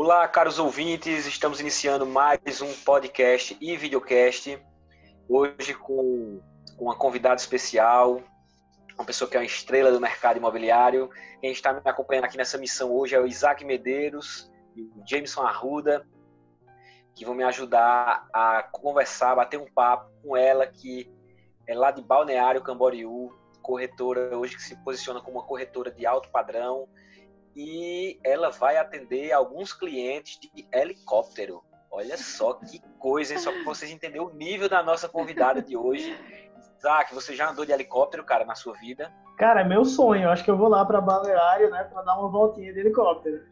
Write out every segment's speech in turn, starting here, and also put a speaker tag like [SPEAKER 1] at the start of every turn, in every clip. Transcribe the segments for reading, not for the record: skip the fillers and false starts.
[SPEAKER 1] Olá, caros ouvintes, estamos iniciando mais um podcast e videocast, hoje com uma convidada especial, uma pessoa que é uma estrela do mercado imobiliário. Quem está me acompanhando aqui nessa missão hoje é o Isaac Medeiros e o Jameson Arruda, que vão me ajudar a conversar, bater um papo com ela, que é lá de Balneário Camboriú, corretora hoje que se posiciona como uma corretora de alto padrão, e ela vai atender alguns clientes de helicóptero. Olha só que coisa, hein? Só para vocês entenderem o nível da nossa convidada de hoje. Isaac, você já andou de helicóptero, cara, na sua vida?
[SPEAKER 2] Cara, é meu sonho. Acho que eu vou lá para Balneário, né, para dar uma voltinha de helicóptero.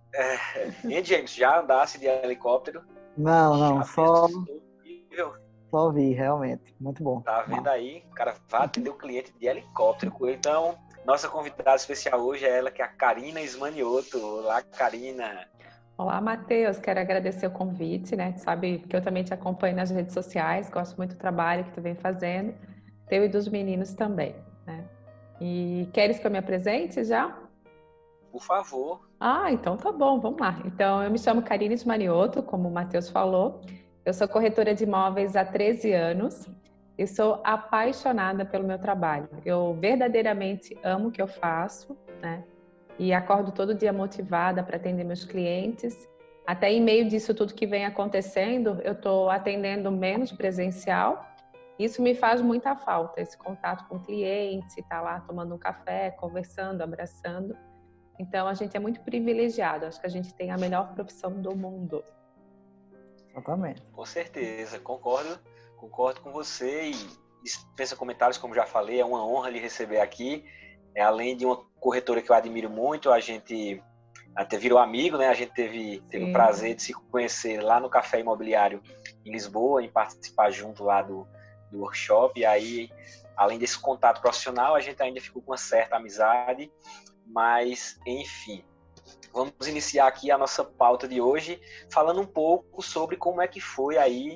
[SPEAKER 1] E James, já andasse de helicóptero?
[SPEAKER 3] Não,
[SPEAKER 1] Já
[SPEAKER 3] só
[SPEAKER 1] nível?
[SPEAKER 3] vi, realmente. Muito bom.
[SPEAKER 1] Tá vendo aí? O cara vai atender o cliente de helicóptero. Então, nossa convidada especial hoje é ela, que é a Karina Ismanioto. Olá, Karina.
[SPEAKER 4] Olá, Matheus. Quero agradecer o convite, né? Tu sabe que eu também te acompanho nas redes sociais, gosto muito do trabalho que tu vem fazendo, teu e dos meninos também, né? E queres que eu me apresente já?
[SPEAKER 1] Por favor.
[SPEAKER 4] Então tá bom, vamos lá. Então, eu me chamo Karina Ismanioto, como o Matheus falou. Eu sou corretora de imóveis há 13 anos e sou apaixonada pelo meu trabalho. Eu verdadeiramente amo o que eu faço, né? E acordo todo dia motivada para atender meus clientes. Até em meio disso tudo que vem acontecendo, eu estou atendendo menos presencial. Isso me faz muita falta, esse contato com o cliente, estar lá tomando um café, conversando, abraçando. Então, a gente é muito privilegiado. Acho que a gente tem a melhor profissão do mundo.
[SPEAKER 3] Exatamente.
[SPEAKER 1] Com certeza, concordo com você e dispensa comentários, como já falei, é uma honra lhe receber aqui. Além de uma corretora que eu admiro muito, a gente até virou amigo, né? A gente teve o prazer de se conhecer lá no Café Imobiliário em Lisboa, em participar junto lá do workshop. E aí, além desse contato profissional, a gente ainda ficou com uma certa amizade. Mas, enfim, vamos iniciar aqui a nossa pauta de hoje, falando um pouco sobre como é que foi aí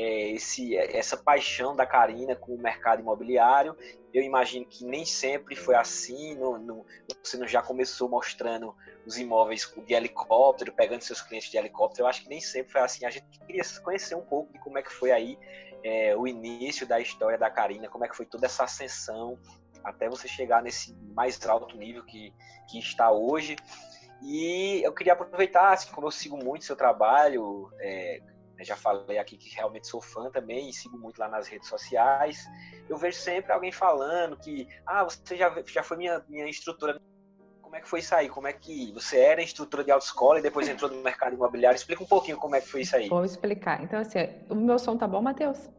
[SPEAKER 1] essa paixão da Karina com o mercado imobiliário. Eu imagino que nem sempre foi assim, você não já começou mostrando os imóveis de helicóptero, pegando seus clientes de helicóptero. Eu acho que nem sempre foi assim. A gente queria conhecer um pouco de como é que foi aí o início da história da Karina, como é que foi toda essa ascensão até você chegar nesse mais alto nível que está hoje. E eu queria aproveitar, assim, como eu sigo muito seu trabalho, já falei aqui que realmente sou fã também e sigo muito lá nas redes sociais. Eu vejo sempre alguém falando que você já foi minha instrutora. Como é que foi isso aí? Como é que você era instrutora de autoescola e depois entrou no mercado imobiliário? Explica um pouquinho como é que foi isso aí.
[SPEAKER 4] Vou explicar. Então, assim, o meu som tá bom, Matheus?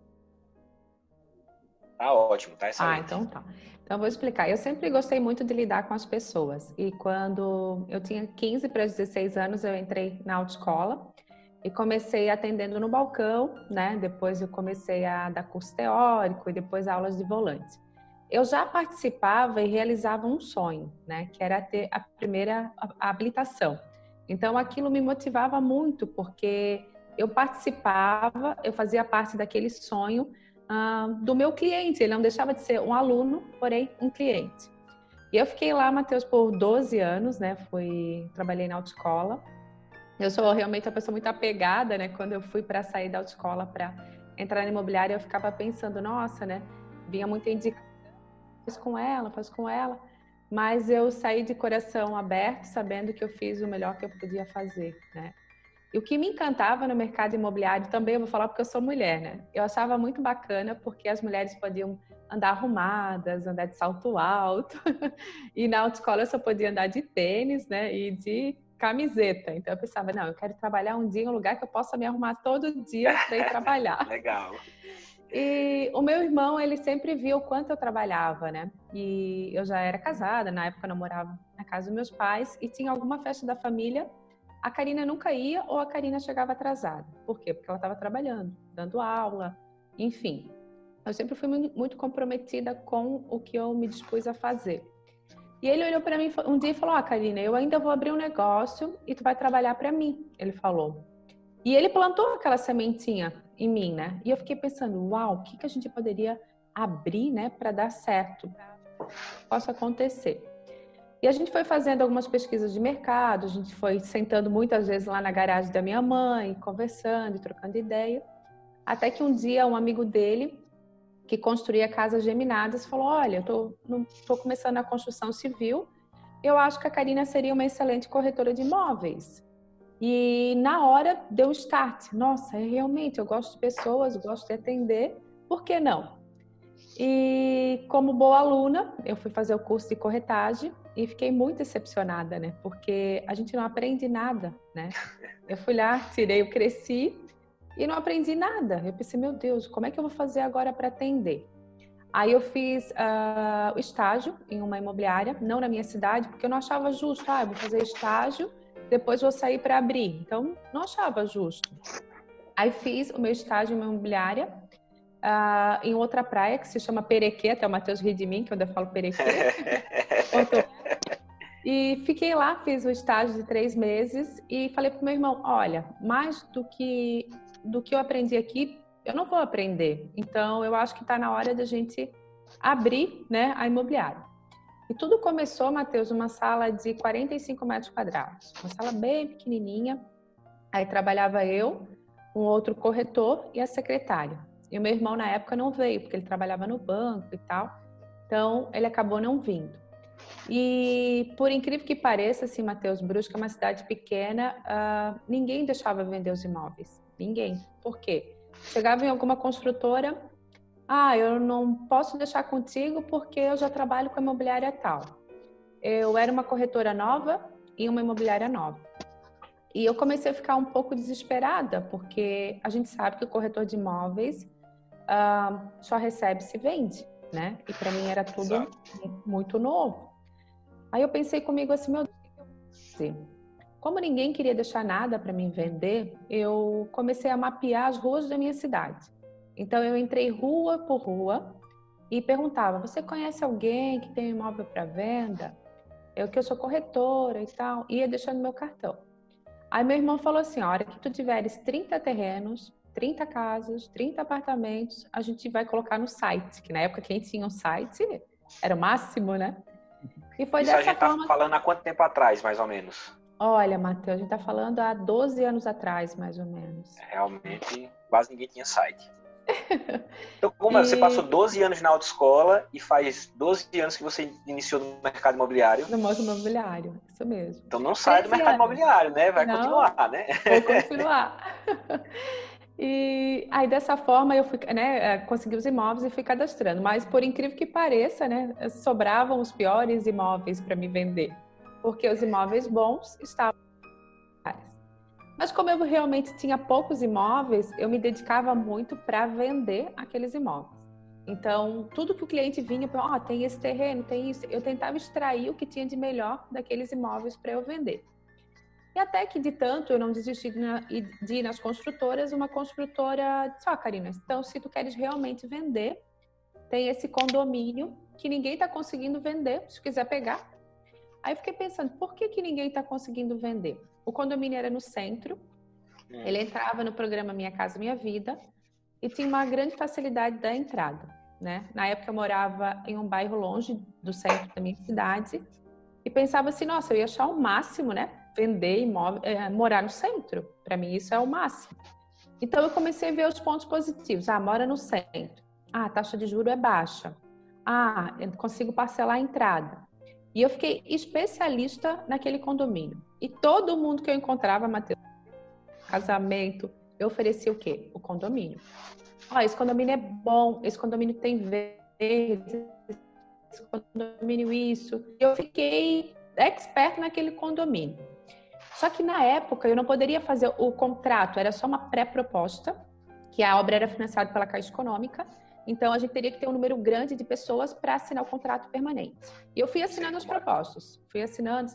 [SPEAKER 1] Tá ótimo, tá excelente.
[SPEAKER 4] Então tá. Então, eu vou explicar. Eu sempre gostei muito de lidar com as pessoas. E quando eu tinha 15 para 16 anos, eu entrei na autoescola e comecei atendendo no balcão, né? Depois eu comecei a dar curso teórico e depois aulas de volante. Eu já participava e realizava um sonho, né? Que era ter a primeira habilitação. Então, aquilo me motivava muito, porque eu participava, eu fazia parte daquele sonho do meu cliente. Ele não deixava de ser um aluno, porém um cliente. E eu fiquei lá, Matheus, por 12 anos, né? Trabalhei na autoescola. Eu sou realmente uma pessoa muito apegada, né? Quando eu fui para sair da autoescola para entrar na imobiliária, eu ficava pensando, nossa, né? Vinha muita indicação, faz com ela. Mas eu saí de coração aberto, sabendo que eu fiz o melhor que eu podia fazer, né? E o que me encantava no mercado imobiliário, também eu vou falar porque eu sou mulher, né? Eu achava muito bacana porque as mulheres podiam andar arrumadas, andar de salto alto. E na autoescola eu só podia andar de tênis, né? E de camiseta. Então eu pensava, não, eu quero trabalhar um dia em um lugar que eu possa me arrumar todo dia para ir trabalhar.
[SPEAKER 1] Legal.
[SPEAKER 4] E o meu irmão, ele sempre viu o quanto eu trabalhava, né? E eu já era casada, na época eu namorava na casa dos meus pais e tinha alguma festa da família. A Karina nunca ia ou a Karina chegava atrasada. Por quê? Porque ela estava trabalhando, dando aula, enfim. Eu sempre fui muito comprometida com o que eu me dispus a fazer. E ele olhou para mim um dia e falou, Karina, eu ainda vou abrir um negócio e tu vai trabalhar para mim, ele falou. E ele plantou aquela sementinha em mim, né? E eu fiquei pensando, uau, o que a gente poderia abrir, né, para dar certo, possa acontecer. E a gente foi fazendo algumas pesquisas de mercado, a gente foi sentando muitas vezes lá na garagem da minha mãe, conversando e trocando ideia. Até que um dia um amigo dele, que construía casas geminadas, falou: olha, eu tô começando a construção civil, eu acho que a Karina seria uma excelente corretora de imóveis. E na hora deu um start. Nossa, realmente, eu gosto de pessoas, gosto de atender, por que não? E como boa aluna, eu fui fazer o curso de corretagem e fiquei muito decepcionada, né? Porque a gente não aprende nada, né? Eu fui lá, eu cresci e não aprendi nada. Eu pensei, meu Deus, como é que eu vou fazer agora para atender? Aí eu fiz o estágio em uma imobiliária, não na minha cidade, porque eu não achava justo. Eu vou fazer estágio, depois vou sair para abrir. Então, não achava justo. Aí fiz o meu estágio em uma imobiliária, em outra praia, que se chama Perequê, até o Matheus ri de mim, que eu ainda falo Perequê. E fiquei lá, fiz o estágio de 3 meses e falei pro meu irmão, olha, mais do que eu aprendi aqui, eu não vou aprender. Então, eu acho que está na hora da gente abrir, né, a imobiliária. E tudo começou, Matheus, numa sala de 45 metros quadrados. Uma sala bem pequenininha. Aí trabalhava eu, um outro corretor e a secretária. E o meu irmão, na época, não veio, porque ele trabalhava no banco e tal. Então, ele acabou não vindo. E, por incrível que pareça, assim, Matheus, Brusque é uma cidade pequena, ninguém deixava vender os imóveis. Ninguém. Por quê? Chegava em alguma construtora, eu não posso deixar contigo porque eu já trabalho com a imobiliária tal. Eu era uma corretora nova e uma imobiliária nova. E eu comecei a ficar um pouco desesperada, porque a gente sabe que o corretor de imóveis só recebe se vende, né? E para mim era tudo muito novo. Aí eu pensei comigo assim, meu Deus, o que eu vou fazer? Como ninguém queria deixar nada para mim vender, eu comecei a mapear as ruas da minha cidade. Então eu entrei rua por rua e perguntava, você conhece alguém que tem um imóvel para venda? Eu sou corretora e tal, ia deixando meu cartão. Aí meu irmão falou assim, a hora que tu tiveres 30 terrenos, 30 casas, 30 apartamentos, a gente vai colocar no site, que na época quem tinha um site era o máximo, né? E foi
[SPEAKER 1] Isso
[SPEAKER 4] dessa
[SPEAKER 1] a gente
[SPEAKER 4] forma...
[SPEAKER 1] tá falando há quanto tempo atrás, mais ou menos?
[SPEAKER 4] Olha, Matheus, a gente tá falando há 12 anos atrás, mais ou menos.
[SPEAKER 1] Realmente, quase ninguém tinha site. Então, como você passou 12 anos na autoescola e faz 12 anos que você iniciou no mercado imobiliário?
[SPEAKER 4] No mercado imobiliário, isso mesmo.
[SPEAKER 1] Então não sai do mercado imobiliário, né? Vai continuar, né?
[SPEAKER 4] Vou continuar. E aí, dessa forma, eu fui, né, consegui os imóveis e fui cadastrando. Mas, por incrível que pareça, né, sobravam os piores imóveis para me vender. Porque os imóveis bons estavam caros. Mas como eu realmente tinha poucos imóveis, eu me dedicava muito para vender aqueles imóveis. Então, tudo que o cliente vinha, tem esse terreno, tem isso, eu tentava extrair o que tinha de melhor daqueles imóveis para eu vender. E até que de tanto eu não desisti de ir nas construtoras, uma construtora disse, Karina, então se tu queres realmente vender, tem esse condomínio que ninguém está conseguindo vender, se quiser pegar. Aí eu fiquei pensando, por que ninguém está conseguindo vender? O condomínio era no centro, ele entrava no programa Minha Casa Minha Vida e tinha uma grande facilidade da entrada, né? Na época eu morava em um bairro longe do centro da minha cidade e pensava assim, nossa, eu ia achar o máximo, né? Vender imóvel, morar no centro. Para mim isso é o máximo. Então eu comecei a ver os pontos positivos. Mora no centro. A taxa de juros é baixa. Eu consigo parcelar a entrada. E eu fiquei especialista naquele condomínio. E todo mundo que eu encontrava, Matheus, casamento, eu oferecia o quê? O condomínio. Esse condomínio é bom, esse condomínio tem verde, esse condomínio isso. Eu fiquei expert naquele condomínio. Só que na época eu não poderia fazer o contrato, era só uma pré-proposta, que a obra era financiada pela Caixa Econômica. Então, a gente teria que ter um número grande de pessoas para assinar o contrato permanente. E eu fui assinando as propostas. Fui assinando.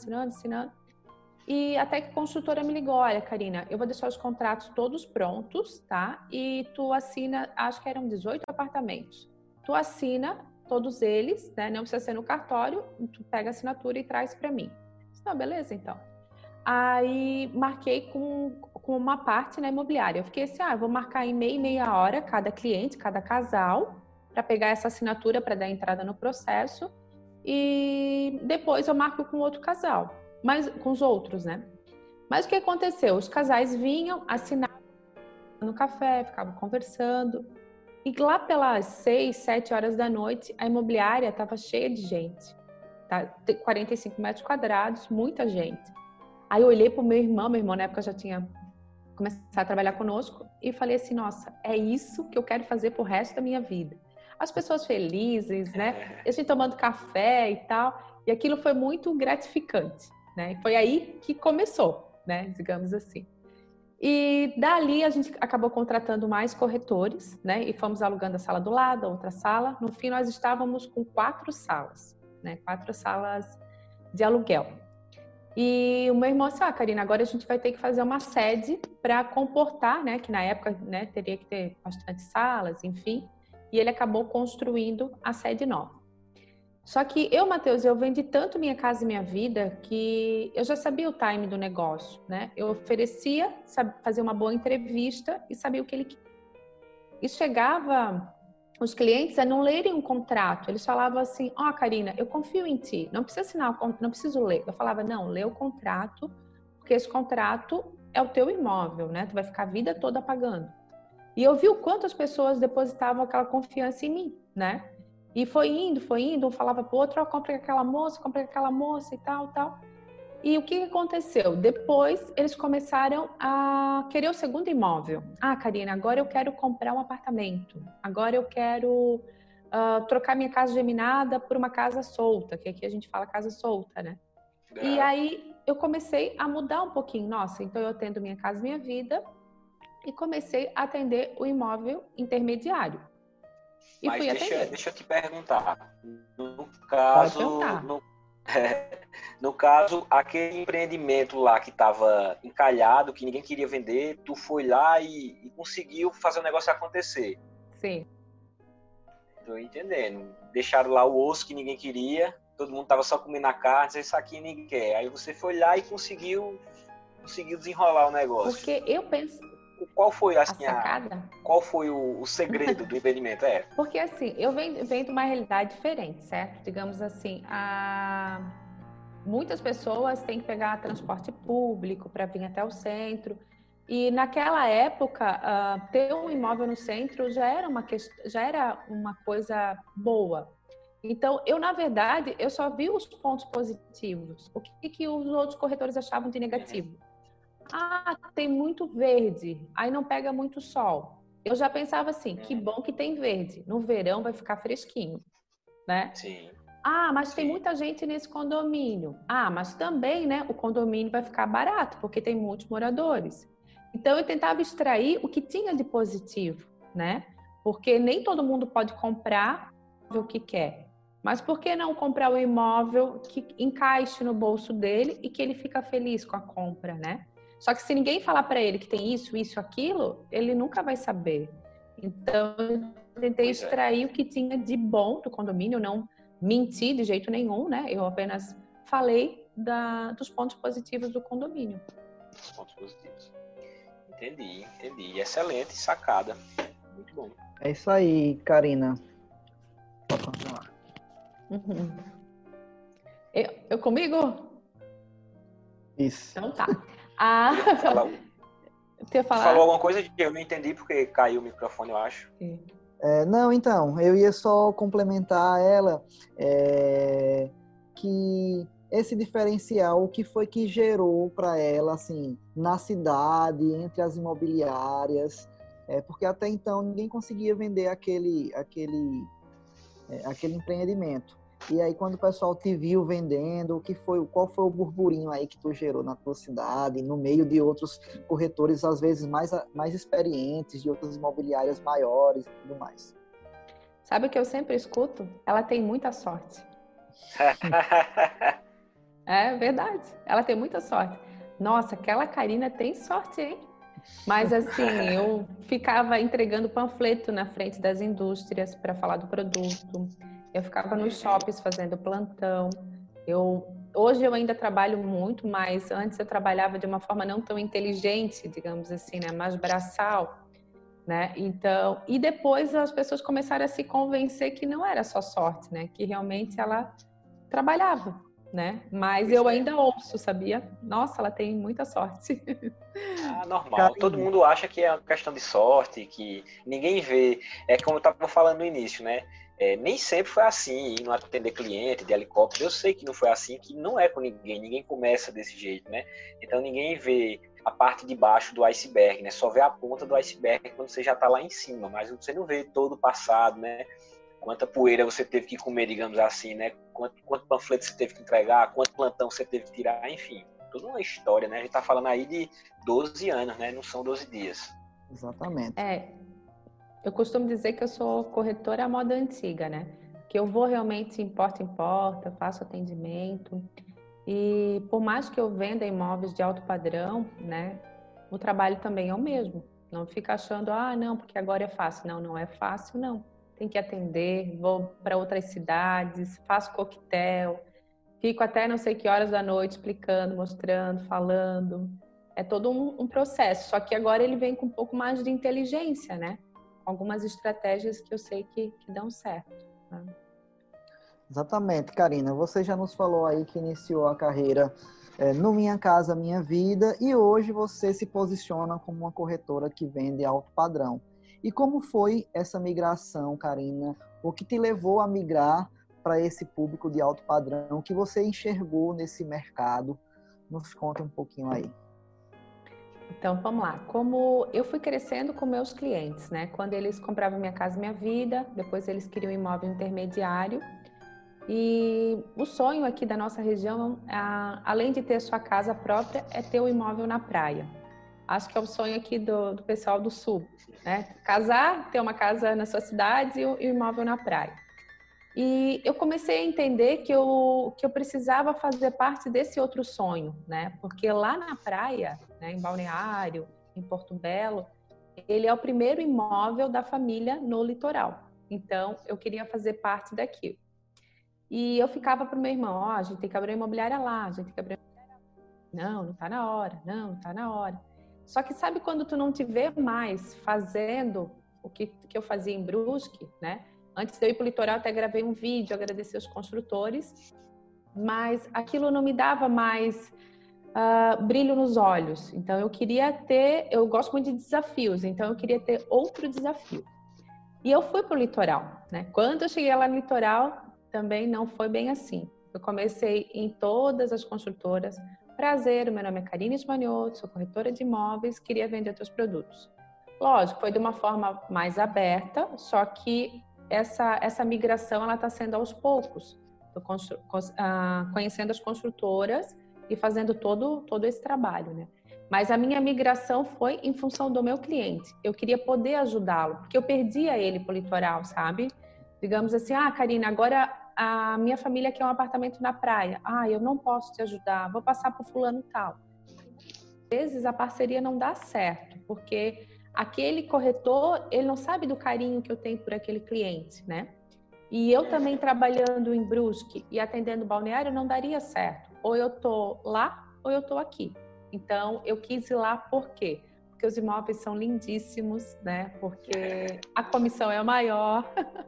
[SPEAKER 4] E até que a construtora me ligou, olha, Karina, eu vou deixar os contratos todos prontos, tá? E tu assina, acho que eram 18 apartamentos. Tu assina todos eles, né? Não precisa ser no cartório, tu pega a assinatura e traz para mim. Disse, beleza, então. Aí, marquei com uma parte na imobiliária. Eu fiquei assim, eu vou marcar em meia hora cada cliente, cada casal, para pegar essa assinatura para dar entrada no processo. e depois eu marco com outro casal, mas com os outros, né? Mas o que aconteceu? Os casais vinham, assinavam no café, ficavam conversando, e lá pelas 6, 7 horas da noite, a imobiliária estava cheia de gente, tá? 45 metros quadrados, muita gente. Aí eu olhei para o meu irmão na época já tinha começado a trabalhar conosco, e falei assim, nossa, é isso que eu quero fazer pro resto da minha vida. As pessoas felizes, né? A gente tomando café e tal, e aquilo foi muito gratificante, né? E foi aí que começou, né? Digamos assim. E dali a gente acabou contratando mais corretores, né? E fomos alugando a sala do lado, a outra sala. No fim, nós estávamos com 4 salas, né? 4 salas de aluguel. E o meu irmão disse, Karina, agora a gente vai ter que fazer uma sede para comportar, né? Que na época, né, teria que ter bastante salas, enfim. E ele acabou construindo a sede nova. Só que eu, Matheus, eu vendi tanto Minha Casa e Minha Vida que eu já sabia o time do negócio, né? Eu oferecia, fazer uma boa entrevista e sabia o que ele queria. E chegava os clientes a não lerem um contrato. Eles falavam assim, Karina, eu confio em ti, não precisa assinar, não preciso ler. Eu falava, não, lê o contrato, porque esse contrato é o teu imóvel, né? Tu vai ficar a vida toda pagando. E eu vi o quanto as pessoas depositavam aquela confiança em mim, né? E foi indo, um falava pro outro, comprei aquela moça e tal. E o que aconteceu? Depois eles começaram a querer o segundo imóvel. Karina, agora eu quero comprar um apartamento. Agora eu quero trocar minha casa geminada por uma casa solta, que aqui a gente fala casa solta, né? E aí eu comecei a mudar um pouquinho. Nossa, então eu atendo Minha Casa Minha Vida e comecei a atender o imóvel intermediário.
[SPEAKER 1] E mas deixa eu te perguntar. No caso, no caso, aquele empreendimento lá que estava encalhado, que ninguém queria vender, tu foi lá e conseguiu fazer o negócio acontecer.
[SPEAKER 4] Sim.
[SPEAKER 1] Tô entendendo. Deixaram lá o osso que ninguém queria, todo mundo tava só comendo a carne, isso aqui ninguém quer. Aí você foi lá e conseguiu desenrolar o negócio.
[SPEAKER 4] Porque eu penso...
[SPEAKER 1] Qual foi assim,
[SPEAKER 4] a sacada?
[SPEAKER 1] Qual foi o segredo do empreendimento?
[SPEAKER 4] Porque assim, eu venho de uma realidade diferente, certo? Digamos assim, muitas pessoas têm que pegar transporte público para vir até o centro. E naquela época, ter um imóvel no centro já era uma coisa boa. Então, na verdade, eu só vi os pontos positivos. O que os outros corretores achavam de negativo? Tem muito verde, aí não pega muito sol. Eu já pensava assim, que bom que tem verde. No verão vai ficar fresquinho, né?
[SPEAKER 1] Sim.
[SPEAKER 4] Mas tem muita gente nesse condomínio. Mas também, né, o condomínio vai ficar barato, porque tem muitos moradores. Então, eu tentava extrair o que tinha de positivo, né? Porque nem todo mundo pode comprar o que quer. Mas por que não comprar o imóvel que encaixe no bolso dele e que ele fica feliz com a compra, né? Só que se ninguém falar para ele que tem isso, aquilo, ele nunca vai saber. Então, eu tentei extrair o que tinha de bom do condomínio, não menti de jeito nenhum, né? Eu apenas falei dos pontos positivos do condomínio.
[SPEAKER 1] Os pontos positivos. Entendi. Excelente sacada. Muito bom.
[SPEAKER 3] É isso aí, Karina. Pode continuar.
[SPEAKER 4] Uhum. Eu comigo?
[SPEAKER 3] Isso.
[SPEAKER 4] Então tá.
[SPEAKER 1] Falou alguma coisa que eu não entendi porque caiu o microfone, eu acho.
[SPEAKER 3] Não, então, eu ia só complementar ela que esse diferencial, o que foi que gerou para ela, assim, na cidade, entre as imobiliárias, porque até então ninguém conseguia vender aquele empreendimento. E aí, quando o pessoal te viu vendendo, qual foi o burburinho aí que tu gerou na tua cidade, no meio de outros corretores, às vezes mais experientes, de outras imobiliárias maiores e tudo mais?
[SPEAKER 4] Sabe o que eu sempre escuto? Ela tem muita sorte. É verdade, ela tem muita sorte. Nossa, aquela Karina tem sorte, hein? Mas assim, eu ficava entregando panfleto na frente das indústrias para falar do produto. Eu ficava nos shoppings fazendo plantão. Hoje eu ainda trabalho muito, mas antes eu trabalhava de uma forma não tão inteligente, digamos assim, né? Mais braçal, né? Então, e depois as pessoas começaram a se convencer que não era só sorte, né? Que realmente ela trabalhava, né? Mas eu ainda ouço, sabia? Nossa, ela tem muita sorte.
[SPEAKER 1] Ah, normal. Todo mundo acha que é uma questão de sorte, que ninguém vê. É como eu estava falando no início, né? Nem sempre foi assim, não atender cliente de helicóptero. Eu sei que não foi assim, que não é com ninguém. Ninguém começa desse jeito, né? Então ninguém vê a parte de baixo do iceberg, né? Só vê a ponta do iceberg quando você já está lá em cima, mas você não vê todo o passado, né? Quanta poeira você teve que comer, digamos assim, né? Quanto panfleto você teve que entregar, quanto plantão você teve que tirar, enfim. Toda uma história, né? A gente tá falando aí de 12 anos, né? Não são 12 dias.
[SPEAKER 3] Exatamente.
[SPEAKER 4] Eu costumo dizer que eu sou corretora à moda antiga, né? Que eu vou realmente importa em porta, faço atendimento. E por mais que eu venda imóveis de alto padrão, né? O trabalho também é o mesmo. Não fica achando, não, porque agora é fácil. Não, não é fácil, não. Tem que atender, vou para outras cidades, faço coquetel, fico até não sei que horas da noite explicando, mostrando, falando. É todo um processo. Só que agora ele vem com um pouco mais de inteligência, né? Algumas estratégias que eu sei que dão certo. Né?
[SPEAKER 3] Exatamente, Karina. Você já nos falou aí que iniciou a carreira no Minha Casa Minha Vida e hoje você se posiciona como uma corretora que vende alto padrão. E como foi essa migração, Karina? O que te levou a migrar para esse público de alto padrão? O que você enxergou nesse mercado? Nos conta um pouquinho aí.
[SPEAKER 4] Então, vamos lá. Como eu fui crescendo com meus clientes, né? Quando eles compravam Minha Casa Minha Vida, depois eles queriam um imóvel intermediário. E o sonho aqui da nossa região, além de ter sua casa própria, é ter um imóvel na praia. Acho que é o sonho aqui do pessoal do Sul, né? Casar, ter uma casa na sua cidade e um imóvel na praia. E eu comecei a entender que eu precisava fazer parte desse outro sonho, né? Porque lá na praia, né, em Balneário, em Porto Belo, ele é o primeiro imóvel da família no litoral. Então, eu queria fazer parte daquilo. E eu ficava para o meu irmão, a gente tem que abrir uma imobiliária lá, a gente tem que abrir uma imobiliária lá. Não tá na hora, não tá na hora. Só que sabe quando tu não te vê mais fazendo o que eu fazia em Brusque, né? Antes de eu ir para o litoral, até gravei um vídeo, agradecer os construtores, mas aquilo não me dava mais brilho nos olhos. Então eu gosto muito de desafios, então eu queria ter outro desafio. E eu fui para o litoral, né? Quando eu cheguei lá no litoral, também não foi bem assim. Eu comecei em todas as construtoras. Prazer, meu nome é Karine Esmanioto, sou corretora de imóveis, queria vender teus produtos. Lógico, foi de uma forma mais aberta, só que essa migração ela está sendo aos poucos. Estou conhecendo as construtoras e fazendo todo esse trabalho, né? Mas a minha migração foi em função do meu cliente. Eu queria poder ajudá-lo, porque eu perdia ele para o litoral, sabe? Digamos assim, Karina, agora a minha família quer um apartamento na praia. Eu não posso te ajudar, vou passar para o fulano tal. Às vezes a parceria não dá certo, porque aquele corretor, ele não sabe do carinho que eu tenho por aquele cliente, né? E eu também trabalhando em Brusque e atendendo balneário não daria certo. Ou eu tô lá ou eu tô aqui. Então, eu quis ir lá por quê? Porque os imóveis são lindíssimos, né? Porque a comissão é maior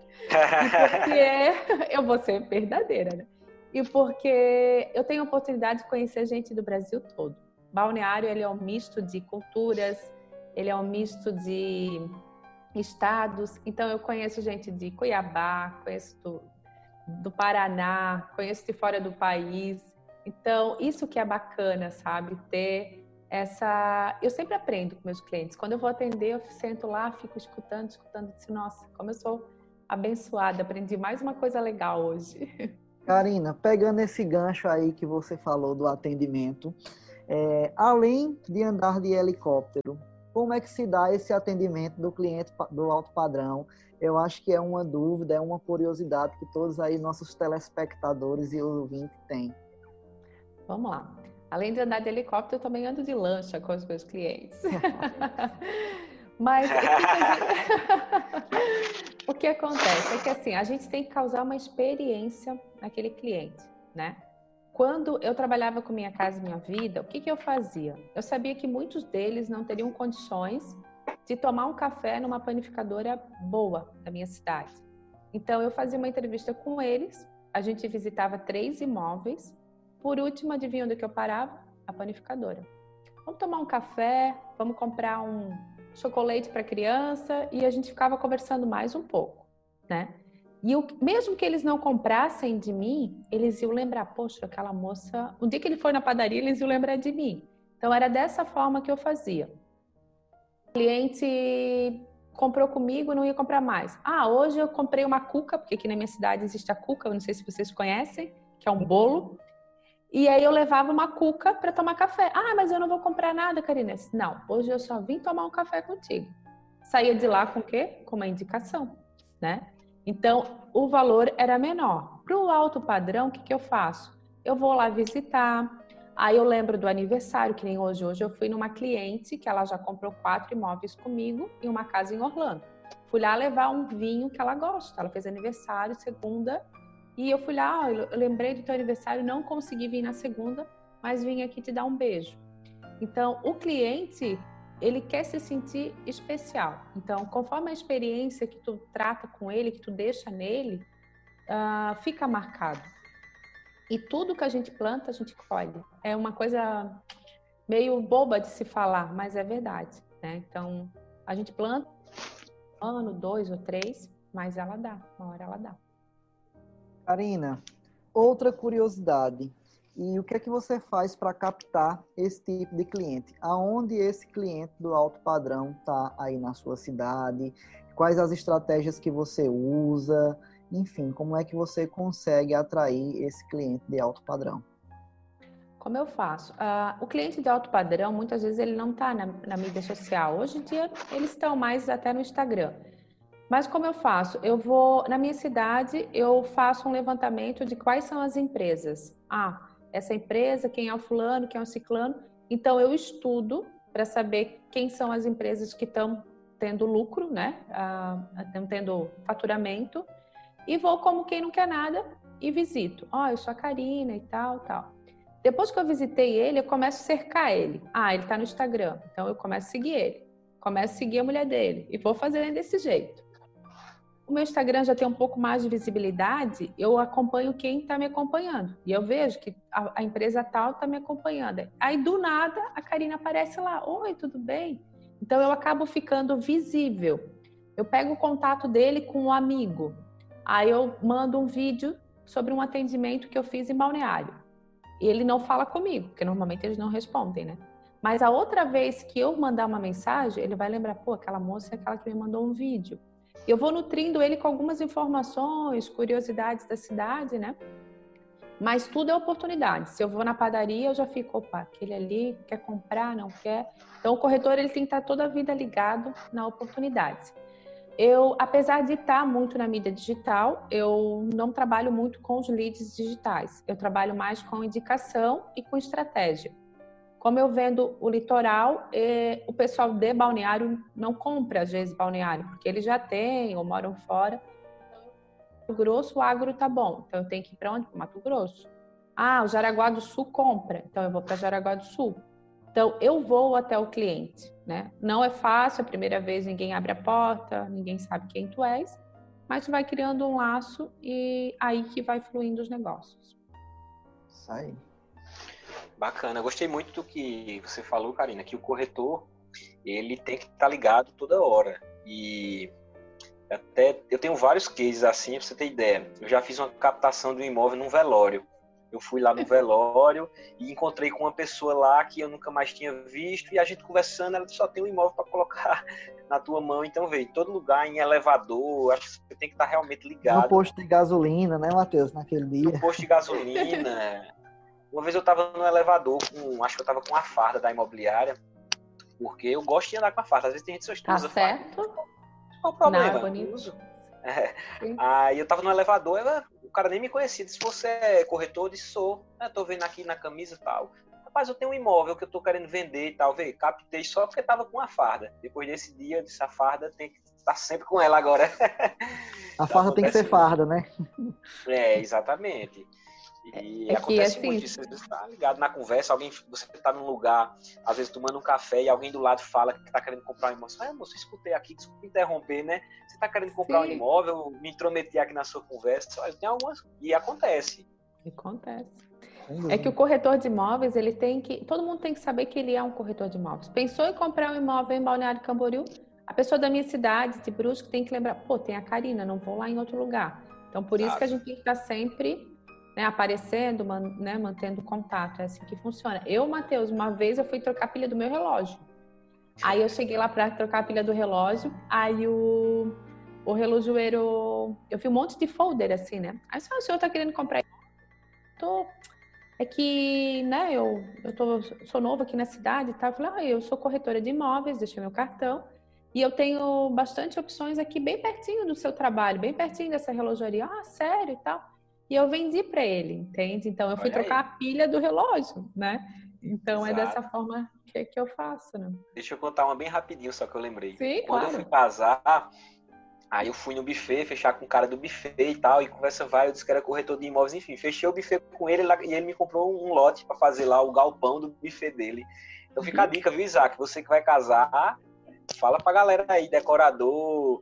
[SPEAKER 4] e porque eu vou ser verdadeira, né? E porque eu tenho a oportunidade de conhecer gente do Brasil todo. Balneário, ele é um misto de culturas, ele é um misto de estados. Então, eu conheço gente de Cuiabá, conheço do Paraná, conheço de fora do país. Então, isso que é bacana, sabe? Ter essa... Eu sempre aprendo com meus clientes. Quando eu vou atender, eu sento lá, fico escutando, disse, nossa, como eu sou abençoada, aprendi mais uma coisa legal hoje.
[SPEAKER 3] Karina, pegando esse gancho aí que você falou do atendimento, além de andar de helicóptero, como é que se dá esse atendimento do cliente do alto padrão? Eu acho que é uma dúvida, é uma curiosidade que todos aí nossos telespectadores e ouvintes têm.
[SPEAKER 4] Vamos lá. Além de andar de helicóptero, eu também ando de lancha com os meus clientes. Mas o que acontece é que assim, a gente tem que causar uma experiência naquele cliente, né? Quando eu trabalhava com Minha Casa Minha Vida, o que eu fazia? Eu sabia que muitos deles não teriam condições de tomar um café numa panificadora boa da minha cidade. Então, eu fazia uma entrevista com eles, a gente visitava 3 imóveis. Por último, adivinha onde que eu parava? A panificadora. Vamos tomar um café, vamos comprar um chocolate para criança, e a gente ficava conversando mais um pouco, né? E mesmo que eles não comprassem de mim, eles iam lembrar, poxa, aquela moça... Um dia que ele foi na padaria, eles iam lembrar de mim. Então, era dessa forma que eu fazia. O cliente comprou comigo, não ia comprar mais. Ah, hoje eu comprei uma cuca, porque aqui na minha cidade existe a cuca, eu não sei se vocês conhecem, que é um bolo. E aí eu levava uma cuca para tomar café. Ah, mas eu não vou comprar nada, Karina. Não, hoje eu só vim tomar um café contigo. Saía de lá com o quê? Com uma indicação, né? Então, o valor era menor. Para o alto padrão, o que eu faço? Eu vou lá visitar, aí eu lembro do aniversário, que nem hoje. Hoje eu fui numa cliente que ela já comprou 4 imóveis comigo em uma casa em Orlando. Fui lá levar um vinho que ela gosta. Ela fez aniversário segunda, e eu fui lá, eu lembrei do teu aniversário, não consegui vir na segunda, mas vim aqui te dar um beijo. Então, o cliente, ele quer se sentir especial. Então, conforme a experiência que tu trata com ele, que tu deixa nele, fica marcado. E tudo que a gente planta, a gente colhe. É uma coisa meio boba de se falar, mas é verdade, né? Então, a gente planta 1, 2 ou 3, mas ela dá, uma hora ela dá.
[SPEAKER 3] Karina, outra curiosidade. E o que é que você faz para captar esse tipo de cliente? Aonde esse cliente do alto padrão está aí na sua cidade? Quais as estratégias que você usa? Enfim, como é que você consegue atrair esse cliente de alto padrão?
[SPEAKER 4] Como eu faço? O cliente de alto padrão, muitas vezes ele não está na mídia social. Hoje em dia, eles estão mais até no Instagram. Mas como eu faço? Eu vou, na minha cidade, eu faço um levantamento de quais são as empresas. Ah, essa empresa, quem é o fulano, quem é o ciclano. Então, eu estudo para saber quem são as empresas que estão tendo lucro, né? Estão tendo faturamento. E vou como quem não quer nada e visito. Ó, eu sou a Karina e tal, tal. Depois que eu visitei ele, eu começo a cercar ele. Ah, ele está no Instagram. Então, eu começo a seguir ele. Começo a seguir a mulher dele. E vou fazendo desse jeito. O meu Instagram já tem um pouco mais de visibilidade, eu acompanho quem está me acompanhando. E eu vejo que a empresa tal está me acompanhando. Aí, do nada, a Karina aparece lá. Oi, tudo bem? Então, eu acabo ficando visível. Eu pego o contato dele com um amigo. Aí, eu mando um vídeo sobre um atendimento que eu fiz em Balneário. E ele não fala comigo, porque normalmente eles não respondem, né? Mas a outra vez que eu mandar uma mensagem, ele vai lembrar, pô, aquela moça é aquela que me mandou um vídeo. Eu vou nutrindo ele com algumas informações, curiosidades da cidade, né? Mas tudo é oportunidade. Se eu vou na padaria, eu já fico, opa, aquele ali quer comprar, não quer. Então, o corretor ele tem que estar toda a vida ligado na oportunidade. Eu, apesar de estar muito na mídia digital, eu não trabalho muito com os leads digitais. Eu trabalho mais com indicação e com estratégia. Como eu vendo o litoral, o pessoal de Balneário não compra, às vezes, Balneário, porque eles já têm ou moram fora. Mato Grosso, o agro tá bom. Então, eu tenho que ir para onde? Para Mato Grosso. Ah, o Jaraguá do Sul compra. Então, eu vou para Jaraguá do Sul. Então, eu vou até o cliente, né? Não é fácil, a primeira vez ninguém abre a porta, ninguém sabe quem tu és, mas tu vai criando um laço e aí que vai fluindo os negócios.
[SPEAKER 3] Isso aí.
[SPEAKER 1] Bacana, gostei muito do que você falou, Karina, que o corretor, ele tem que estar ligado toda hora. E até eu tenho vários cases assim, pra você ter ideia. Eu já fiz uma captação de um imóvel num velório. Eu fui lá no velório e encontrei com uma pessoa lá que eu nunca mais tinha visto, e a gente conversando, ela disse, só tem um imóvel para colocar na tua mão. Então, veio em todo lugar, em elevador, acho que você tem que estar realmente ligado.
[SPEAKER 3] No posto de gasolina, né, Matheus, naquele dia?
[SPEAKER 1] No posto de gasolina. Uma vez eu estava no elevador, acho que eu estava com a farda da imobiliária, porque eu gosto de andar com a farda. Às vezes tem gente que só
[SPEAKER 4] Tá
[SPEAKER 1] usa
[SPEAKER 4] certo?
[SPEAKER 1] farda. Qual o problema?
[SPEAKER 4] Não, é bonito.
[SPEAKER 1] Uso. Aí eu estava no elevador, o cara nem me conhecia. Disse, você é corretor? Eu disse, sou. Tô vendo aqui na camisa e tal. Rapaz, eu tenho um imóvel que eu tô querendo vender e tal. Veio, captei só porque tava com a farda. Depois desse dia, eu disse, a farda tem que estar sempre com ela agora.
[SPEAKER 3] A farda tem que ser farda, né?
[SPEAKER 1] É, exatamente. E
[SPEAKER 4] que,
[SPEAKER 1] acontece
[SPEAKER 4] assim,
[SPEAKER 1] muito isso, você está ligado na conversa, você está num lugar, às vezes tomando um café e alguém do lado fala que está querendo comprar um imóvel. Moço, eu escutei aqui, desculpa interromper, né? Você está querendo comprar um
[SPEAKER 4] sim,
[SPEAKER 1] imóvel, me intrometer aqui na sua conversa. Olha, tem algumas... E acontece.
[SPEAKER 4] acontece.
[SPEAKER 3] Sem
[SPEAKER 4] É que o
[SPEAKER 3] dúvida.
[SPEAKER 4] corretor de imóveis, ele tem que... Todo mundo tem que saber que ele é um corretor de imóveis. Pensou em comprar um imóvel em Balneário Camboriú? A pessoa da minha cidade, de Brusque, tem que lembrar, pô, tem a Karina, não vou lá em outro lugar. Então, por isso que a
[SPEAKER 1] Exato.
[SPEAKER 4] gente tem que estar sempre, né, aparecendo, né, mantendo contato. É assim que funciona. Eu, Matheus, uma vez eu fui trocar a pilha do meu relógio. Aí eu cheguei lá para trocar a pilha do relógio, aí o relojoeiro... Eu vi um monte de folder, assim, né? Aí o senhor tá querendo comprar? Tô... É que, né, sou novo aqui na cidade e tal. Eu falei, eu sou corretora de imóveis, deixei meu cartão. E eu tenho bastante opções aqui bem pertinho do seu trabalho, bem pertinho dessa relojoaria. Ah, sério e tal. E eu vendi para ele, entende? Então eu fui
[SPEAKER 1] Olha
[SPEAKER 4] trocar
[SPEAKER 1] aí.
[SPEAKER 4] a pilha do relógio, né? Então é dessa
[SPEAKER 1] Exato.
[SPEAKER 4] forma que eu faço, né?
[SPEAKER 1] Deixa eu contar uma bem rapidinho, só que eu lembrei.
[SPEAKER 4] Sim,
[SPEAKER 1] Quando eu fui
[SPEAKER 4] claro.
[SPEAKER 1] casar, aí eu fui no buffet, fechar com o cara do buffet e tal, e conversa vai, eu disse que era corretor de imóveis, enfim. Fechei o buffet com ele e ele me comprou um lote para fazer lá o galpão do buffet dele. Então fica a dica, viu, Isaac? Você que vai casar, fala pra galera aí, decorador,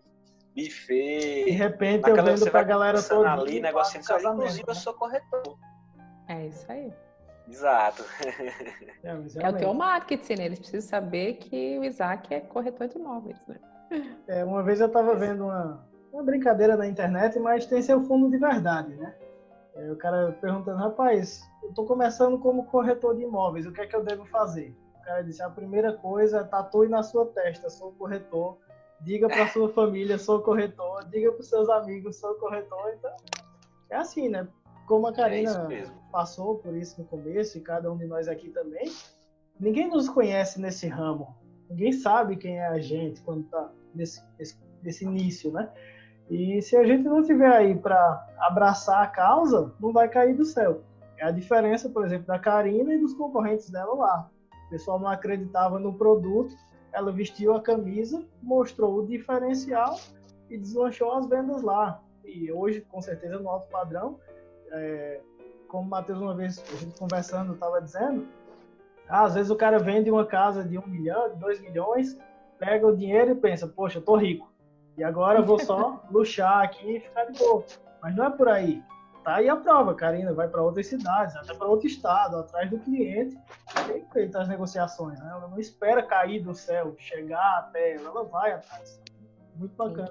[SPEAKER 2] De
[SPEAKER 1] buffet,
[SPEAKER 2] repente eu
[SPEAKER 1] naquela
[SPEAKER 2] vendo
[SPEAKER 1] você
[SPEAKER 2] pra
[SPEAKER 1] vai
[SPEAKER 2] galera
[SPEAKER 1] conversando ali,
[SPEAKER 2] todinha e pago
[SPEAKER 1] negociando,
[SPEAKER 2] o
[SPEAKER 1] você olha,
[SPEAKER 2] casamento,
[SPEAKER 1] inclusive eu
[SPEAKER 2] né?
[SPEAKER 1] sou corretor.
[SPEAKER 4] É isso aí.
[SPEAKER 1] Exato.
[SPEAKER 2] Mas
[SPEAKER 4] É o teu
[SPEAKER 2] realmente.
[SPEAKER 4] marketing, né? Eles precisam saber que o Isaac é corretor de imóveis, né?
[SPEAKER 2] Uma vez eu estava vendo uma brincadeira na internet, mas tem seu fundo de verdade, né? O cara perguntando, rapaz, eu estou começando como corretor de imóveis, o que é que eu devo fazer? O cara disse, a primeira coisa é tatue na sua testa, sou corretor. Diga para sua família, sou corretor. Diga para os seus amigos, sou corretor. Então, é assim, né? Como a
[SPEAKER 1] É isso
[SPEAKER 2] Karina
[SPEAKER 1] mesmo.
[SPEAKER 2] passou por isso no começo, e cada um de nós aqui também, ninguém nos conhece nesse ramo. Ninguém sabe quem é a gente quando está nesse início, né? E se a gente não tiver aí para abraçar a causa, não vai cair do céu. É a diferença, por exemplo, da Karina e dos concorrentes dela lá. O pessoal não acreditava no produto, ela vestiu a camisa, mostrou o diferencial e deslanchou as vendas lá. E hoje, com certeza, no alto padrão, como o Matheus uma vez, a gente conversando, estava dizendo, às vezes o cara vende uma casa de 1 milhão, de 2 milhões, pega o dinheiro e pensa, poxa, eu tô rico. E agora eu vou só luxar aqui e ficar de boa. Mas não é por aí. Tá aí a prova, Karina vai para outras cidades, até para outro estado, atrás do cliente, tem feito as negociações. Né? Ela não espera cair do céu, chegar até, ela vai atrás. Muito bacana.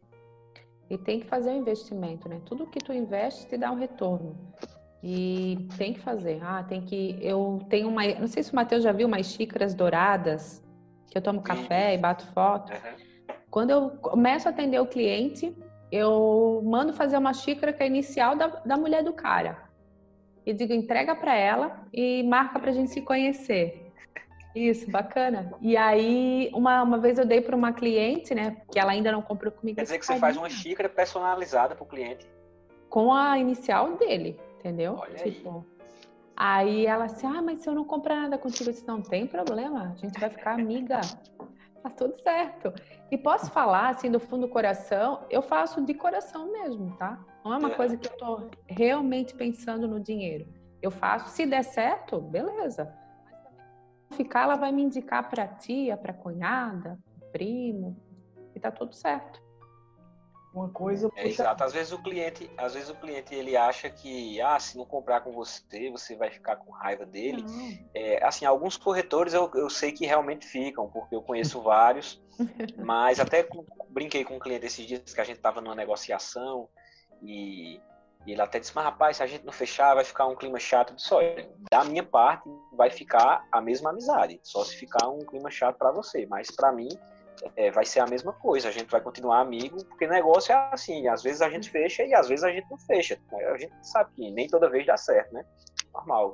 [SPEAKER 4] E tem que fazer o investimento, né? Tudo que tu investe te dá um retorno. E tem que fazer. Eu tenho não sei se o Matheus já viu umas xícaras douradas, que eu tomo café e bato foto.
[SPEAKER 1] Uhum.
[SPEAKER 4] Quando eu começo a atender o cliente, eu mando fazer uma xícara que é inicial da mulher do cara. E digo, entrega para ela e marca pra gente se conhecer. Isso, bacana. E aí, uma vez eu dei para uma cliente, né, que ela ainda não comprou comigo.
[SPEAKER 1] Quer dizer que você faz uma xícara personalizada pro cliente?
[SPEAKER 4] Com a inicial dele, entendeu?
[SPEAKER 1] Olha aí.
[SPEAKER 4] Aí ela assim, mas se eu não comprar nada contigo, eu disse, não tem problema, a gente vai ficar amiga. Tá tudo certo. E posso falar, assim, do fundo do coração, eu faço de coração mesmo, tá? Não é uma coisa que eu tô realmente pensando no dinheiro. Eu faço, se der certo, beleza. Mas se ficar, ela vai me indicar pra tia, pra cunhada, pro primo, e tá tudo certo.
[SPEAKER 2] Uma coisa...
[SPEAKER 1] Exato. Às vezes o cliente ele acha que, se não comprar com você, você vai ficar com raiva dele. Assim, alguns corretores eu sei que realmente ficam, porque eu conheço vários, mas até brinquei com um cliente esses dias que a gente estava numa negociação e ele até disse, mas rapaz, se a gente não fechar, vai ficar um clima chato. Eu disse, olha, da minha parte, vai ficar a mesma amizade, só se ficar um clima chato para você, mas para mim vai ser a mesma coisa, a gente vai continuar amigo, porque negócio é assim, às vezes a gente fecha e às vezes a gente não fecha. A gente sabe que nem toda vez dá certo, né? Normal.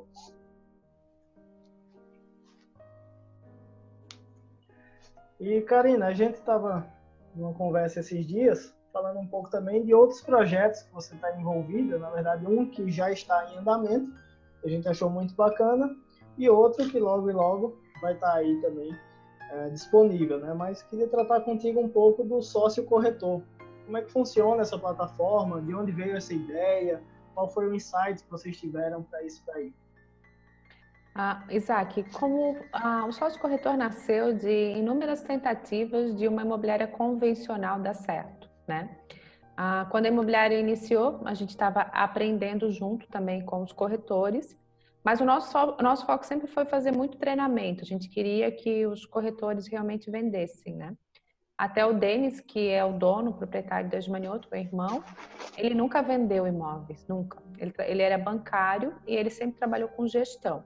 [SPEAKER 2] E, Karina, a gente estava numa conversa esses dias, falando um pouco também de outros projetos que você está envolvida, na verdade um que já está em andamento, que a gente achou muito bacana, e outro que logo e logo vai estar aí também disponível, né? Mas queria tratar contigo um pouco do sócio corretor. Como é que funciona essa plataforma? De onde veio essa ideia? Qual foi o insight que vocês tiveram para isso daí?
[SPEAKER 4] Isaac, como o sócio corretor nasceu de inúmeras tentativas de uma imobiliária convencional dar certo, né? Quando a imobiliária iniciou, a gente estava aprendendo junto também com os corretores, mas o nosso foco sempre foi fazer muito treinamento. A gente queria que os corretores realmente vendessem, né? Até o Denis, que é o dono, o proprietário da Osmanioto, meu irmão, ele nunca vendeu imóveis, nunca. Ele era bancário e ele sempre trabalhou com gestão.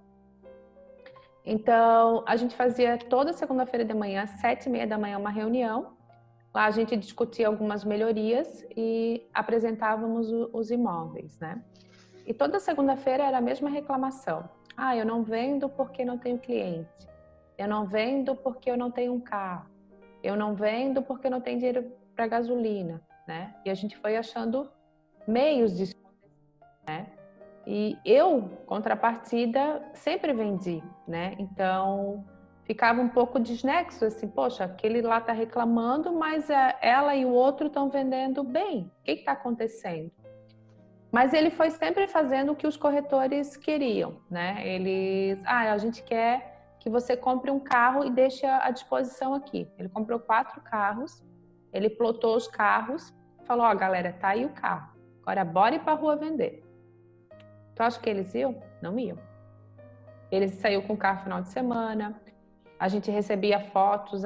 [SPEAKER 4] Então, a gente fazia toda segunda-feira de manhã, 7h30 da manhã, uma reunião. Lá a gente discutia algumas melhorias e apresentávamos os imóveis, né? E toda segunda-feira era a mesma reclamação. Eu não vendo porque não tenho cliente. Eu não vendo porque eu não tenho um carro. Eu não vendo porque eu não tenho dinheiro para gasolina, né? E a gente foi achando meios disso, né? E eu, contrapartida, sempre vendi, né? Então, ficava um pouco desnexo, assim, poxa, aquele lá tá reclamando, mas ela e o outro estão vendendo bem. O que está acontecendo? Mas ele foi sempre fazendo o que os corretores queriam, né? A gente quer que você compre um carro e deixe à disposição aqui. Ele comprou 4 carros, ele plotou os carros, falou, galera, tá aí o carro. Agora bora ir pra rua vender. Tu acha que eles iam? Não iam. Eles saíram com o carro no final de semana, a gente recebia fotos,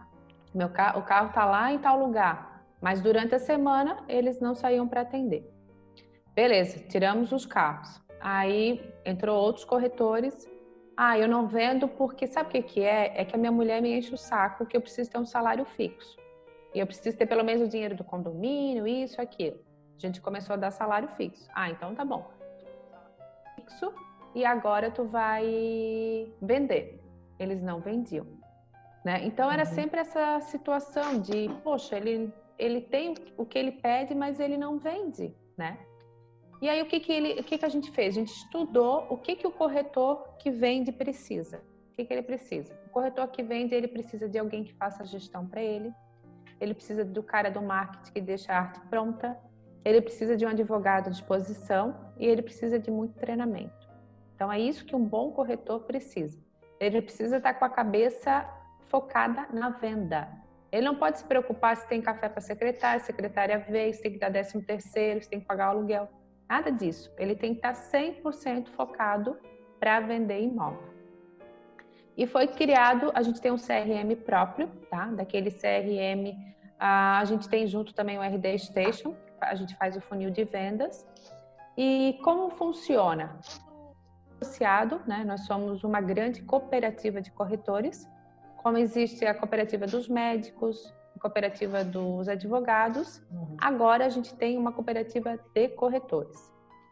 [SPEAKER 4] o carro tá lá em tal lugar, mas durante a semana eles não saíam para atender. Beleza, tiramos os carros. Aí entrou outros corretores. Eu não vendo porque sabe o que é? É que a minha mulher me enche o saco que eu preciso ter um salário fixo. E eu preciso ter pelo menos o dinheiro do condomínio, isso, aquilo. A gente começou a dar salário fixo. Então tá bom. Fixo e agora tu vai vender. Eles não vendiam, né? Então era sempre essa situação de, poxa, ele tem o que ele pede, mas ele não vende, né? E aí o que a gente fez? A gente estudou o que o corretor que vende precisa. O que ele precisa? O corretor que vende, ele precisa de alguém que faça a gestão para ele. Ele precisa do cara do marketing que deixa a arte pronta. Ele precisa de um advogado à disposição e ele precisa de muito treinamento. Então é isso que um bom corretor precisa. Ele precisa estar com a cabeça focada na venda. Ele não pode se preocupar se tem café para a secretária veio, se tem que dar 13º, se tem que pagar o aluguel. Nada disso. Ele tem que estar 100% focado para vender imóvel. E foi criado, a gente tem um CRM próprio, tá? Daquele CRM, a gente tem junto também o RD Station, a gente faz o funil de vendas. E como funciona? Associado, né? Nós somos uma grande cooperativa de corretores, como existe a cooperativa dos médicos, a cooperativa dos advogados, agora a gente tem uma cooperativa de corretores.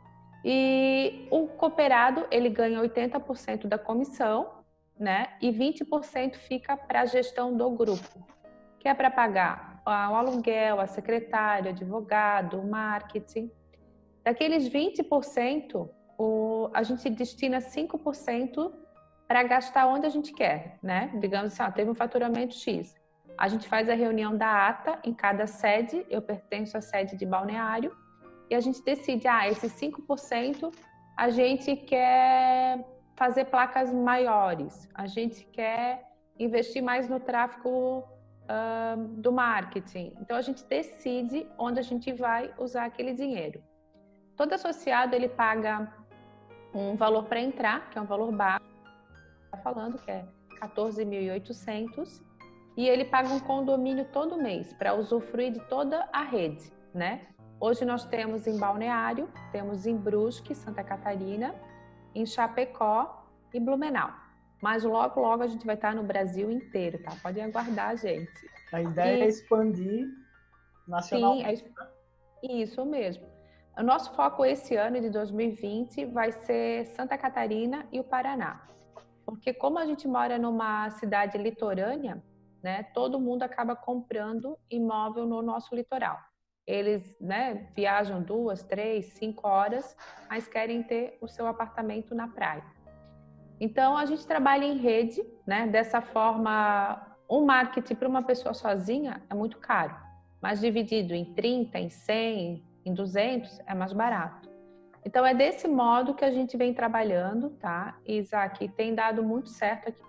[SPEAKER 4] E o cooperado, ele ganha 80% da comissão, né? E 20% fica para a gestão do grupo, que é para pagar o aluguel, a secretária, o advogado, o marketing. Daqueles 20%, a gente destina 5% para gastar onde a gente quer, né? Digamos assim, teve um faturamento X. A gente faz a reunião da ata em cada sede, eu pertenço à sede de Balneário, e a gente decide, esses 5% a gente quer fazer placas maiores, a gente quer investir mais no tráfego do marketing. Então a gente decide onde a gente vai usar aquele dinheiro. Todo associado, ele paga um valor para entrar, que é um valor baixo, falando que é 14.800, e ele paga um condomínio todo mês para usufruir de toda a rede, né? Hoje nós temos em Balneário, temos em Brusque, Santa Catarina, em Chapecó e Blumenau. Mas logo, logo a gente vai estar no Brasil inteiro, tá? Pode aguardar a gente.
[SPEAKER 2] A ideia é expandir nacionalmente.
[SPEAKER 4] Sim, isso mesmo. O nosso foco esse ano de 2020 vai ser Santa Catarina e o Paraná. Porque como a gente mora numa cidade litorânea, né, todo mundo acaba comprando imóvel no nosso litoral. Eles, né, viajam 2, 3, 5 horas, mas querem ter o seu apartamento na praia. Então, a gente trabalha em rede, né? Dessa forma, um marketing para uma pessoa sozinha é muito caro, mas dividido em 30, em 100, em 200 é mais barato. Então, é desse modo que a gente vem trabalhando, tá, Isaac? E tem dado muito certo aqui.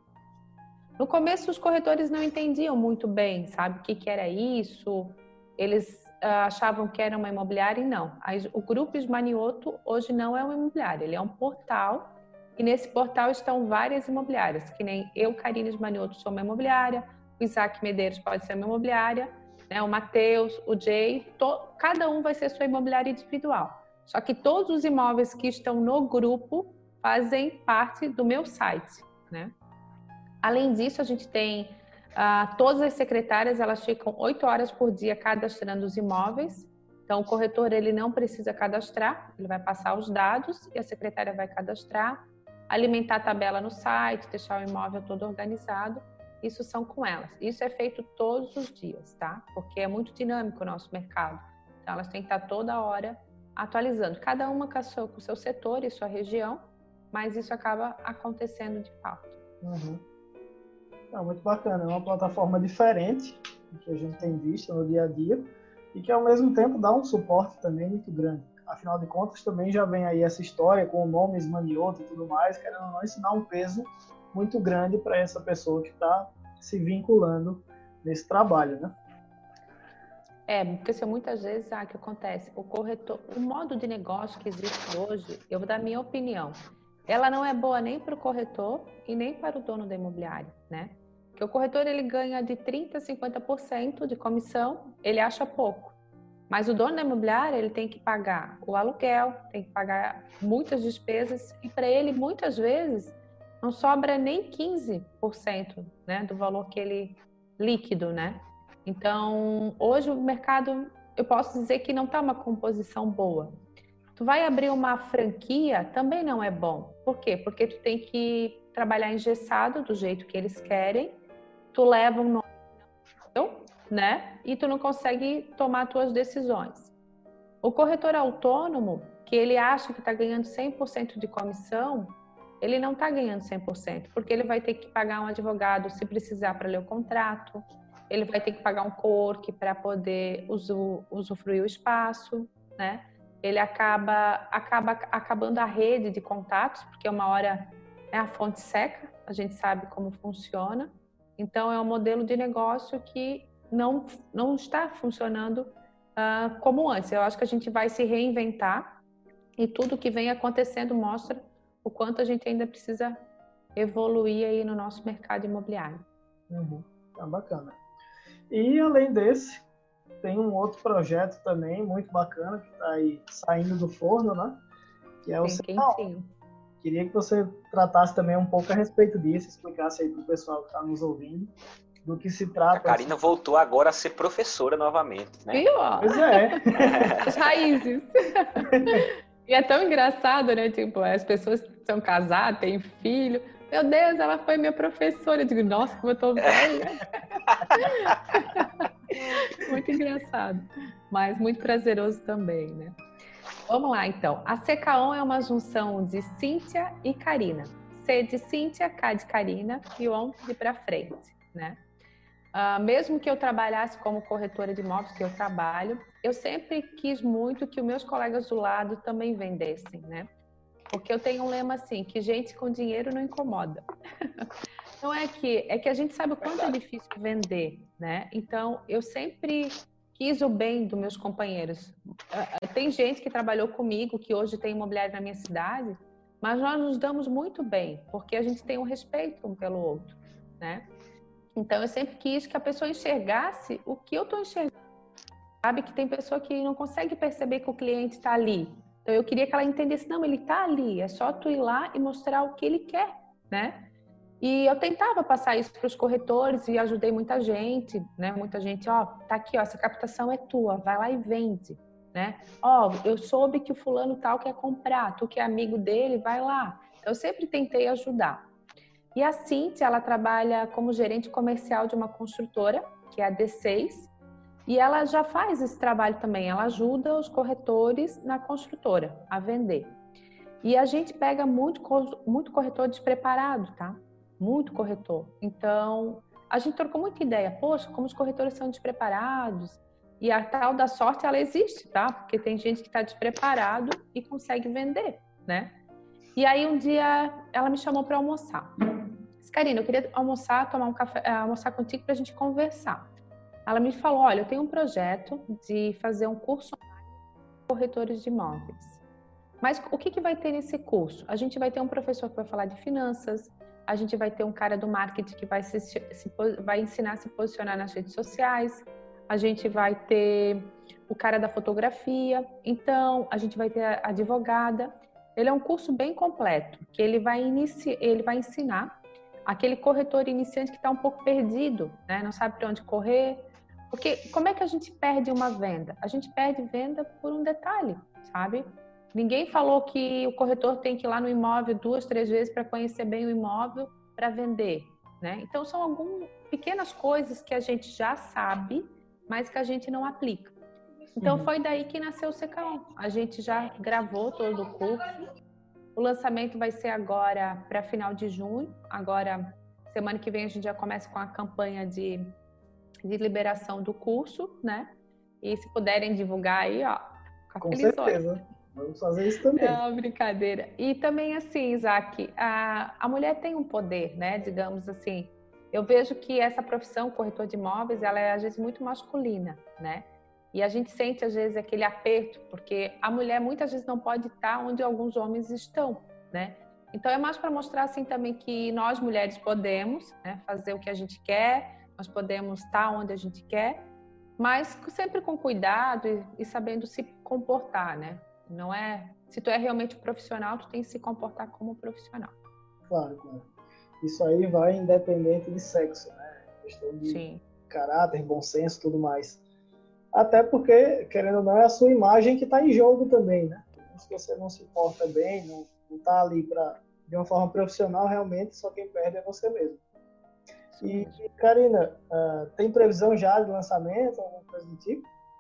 [SPEAKER 4] No começo, os corretores não entendiam muito bem, sabe, o que era isso. Eles achavam que era uma imobiliária e não. O Grupo Ismanioto hoje não é uma imobiliária, ele é um portal. E nesse portal estão várias imobiliárias, que nem eu, Karine Ismanioto, sou uma imobiliária, o Isaac Medeiros pode ser uma imobiliária, né, o Matheus, o Jay, cada um vai ser sua imobiliária individual. Só que todos os imóveis que estão no grupo fazem parte do meu site, né? Além disso, a gente tem todas as secretárias, elas ficam 8 horas por dia cadastrando os imóveis. Então, o corretor ele não precisa cadastrar, ele vai passar os dados e a secretária vai cadastrar, alimentar a tabela no site, deixar o imóvel todo organizado. Isso são com elas. Isso é feito todos os dias, tá? Porque é muito dinâmico o nosso mercado. Então, elas têm que estar toda hora atualizando. Cada uma com o seu setor e sua região, mas isso acaba acontecendo de fato.
[SPEAKER 2] Uhum. Muito bacana, é uma plataforma diferente do que a gente tem visto no dia a dia e que ao mesmo tempo dá um suporte também muito grande. Afinal de contas, também já vem aí essa história com o nome Ismanioto e tudo mais, querendo ou não, isso dá um peso muito grande para essa pessoa que está se vinculando nesse trabalho, né?
[SPEAKER 4] Porque muitas vezes o que acontece, o corretor, o modo de negócio que existe hoje, eu vou dar minha opinião, ela não é boa nem para o corretor e nem para o dono da imobiliária, né? Porque o corretor ele ganha de 30% a 50% de comissão, ele acha pouco. Mas o dono da imobiliária ele tem que pagar o aluguel, tem que pagar muitas despesas e para ele muitas vezes não sobra nem 15%, né, do valor que ele líquido, né? Então hoje o mercado eu posso dizer que não está uma composição boa. Tu vai abrir uma franquia, também não é bom. Por quê? Porque tu tem que trabalhar engessado do jeito que eles querem, tu leva um nome, né? E tu não consegue tomar tuas decisões. O corretor autônomo, que ele acha que está ganhando 100% de comissão, ele não está ganhando 100%, porque ele vai ter que pagar um advogado se precisar para ler o contrato, ele vai ter que pagar um co-work para poder usufruir o espaço, né? Ele acaba acabando a rede de contatos, porque uma hora a fonte seca, a gente sabe como funciona. Então, é um modelo de negócio que não está funcionando como antes. Eu acho que a gente vai se reinventar e tudo que vem acontecendo mostra o quanto a gente ainda precisa evoluir aí no nosso mercado imobiliário.
[SPEAKER 2] Uhum. Bacana. E, além desse, tem um outro projeto também muito bacana que está aí saindo do forno, né? Que é o CK-ON. Queria que você tratasse também um pouco a respeito disso, explicasse aí para o pessoal que está nos ouvindo do que se trata.
[SPEAKER 1] A Karina voltou agora a ser professora novamente, né?
[SPEAKER 4] Viu?
[SPEAKER 2] Pois é.
[SPEAKER 4] As raízes. E é tão engraçado, né? Tipo, as pessoas são casadas, têm filho. Meu Deus, ela foi minha professora. Eu digo, nossa, como eu tô velha. Muito engraçado, mas muito prazeroso também, né? Vamos lá, então. A CK-ON é uma junção de Cíntia e Karina. C de Cíntia, K de Karina e ON de pra frente, né? Mesmo que eu trabalhasse como corretora de imóveis, que eu trabalho, eu sempre quis muito que os meus colegas do lado também vendessem, né? Porque eu tenho um lema assim, que gente com dinheiro não incomoda. Não é que a gente sabe o quanto é difícil vender, né? Então, eu sempre quis o bem dos meus companheiros. Tem gente que trabalhou comigo, que hoje tem imobiliário na minha cidade, mas nós nos damos muito bem, porque a gente tem um respeito um pelo outro, né? Então, eu sempre quis que a pessoa enxergasse o que eu estou enxergando. Sabe que tem pessoa que não consegue perceber que o cliente está ali. Então, eu queria que ela entendesse, não, ele está ali, é só tu ir lá e mostrar o que ele quer, né? E eu tentava passar isso para os corretores e ajudei muita gente, né? Muita gente, ó, tá aqui, ó, essa captação é tua, vai lá e vende, né? Ó, eu soube que o fulano tal quer comprar, tu que é amigo dele, vai lá. Então, eu sempre tentei ajudar. E a Cíntia, ela trabalha como gerente comercial de uma construtora, que é a D6, e ela já faz esse trabalho também, ela ajuda os corretores na construtora a vender. E a gente pega muito corretor despreparado, tá? Muito corretor. Então, a gente trocou muita ideia. Poxa, como os corretores são despreparados, E a tal da sorte, ela existe, tá? Porque tem gente que está despreparado e consegue vender, né? E aí um dia ela me chamou para almoçar. Disse, Karina, eu queria almoçar, tomar um café, almoçar contigo para a gente conversar. Ela me falou, olha, eu tenho um projeto de fazer um curso de corretores de imóveis. Mas o que vai ter nesse curso? A gente vai ter um professor que vai falar de finanças, a gente vai ter um cara do marketing que vai ensinar a se posicionar nas redes sociais, a gente vai ter o cara da fotografia, então a gente vai ter a advogada. Ele é um curso bem completo, que ele vai ensinar aquele corretor iniciante que está um pouco perdido, né? Não sabe para onde correr. Porque como é que a gente perde uma venda? A gente perde venda por um detalhe, sabe? Ninguém falou que o corretor tem que ir lá no imóvel 2, 3 vezes para conhecer bem o imóvel para vender, né? Então são algumas pequenas coisas que a gente já sabe, mas que a gente não aplica. Então foi daí que nasceu o CK1. A gente já gravou todo o curso. O lançamento vai ser agora para final de junho. Agora, semana que vem, a gente já começa com a campanha de liberação do curso, né? E se puderem divulgar aí, ó,
[SPEAKER 2] com certeza. Vamos fazer isso também.
[SPEAKER 4] Não, brincadeira. E também assim, Isaac, a mulher tem um poder, né? Digamos assim. Eu vejo que essa profissão, corretor de imóveis, ela é às vezes muito masculina, né? E a gente sente às vezes aquele aperto, porque a mulher muitas vezes não pode estar onde alguns homens estão, né? Então é mais para mostrar assim também que nós mulheres podemos, né, fazer o que a gente quer, nós podemos estar onde a gente quer, mas sempre com cuidado e sabendo se comportar, né? Não é, se tu é realmente um profissional, tu tem que se comportar como um profissional.
[SPEAKER 2] Claro, claro. Isso aí vai independente de sexo, né? Questão de
[SPEAKER 4] Sim.
[SPEAKER 2] caráter, bom senso, tudo mais. Até porque, querendo ou não, é a sua imagem que está em jogo também, né? Se você não se porta bem, não está ali de uma forma profissional, realmente só quem perde é você mesmo. E, Karina, tem previsão já de lançamento, alguma coisa do tipo?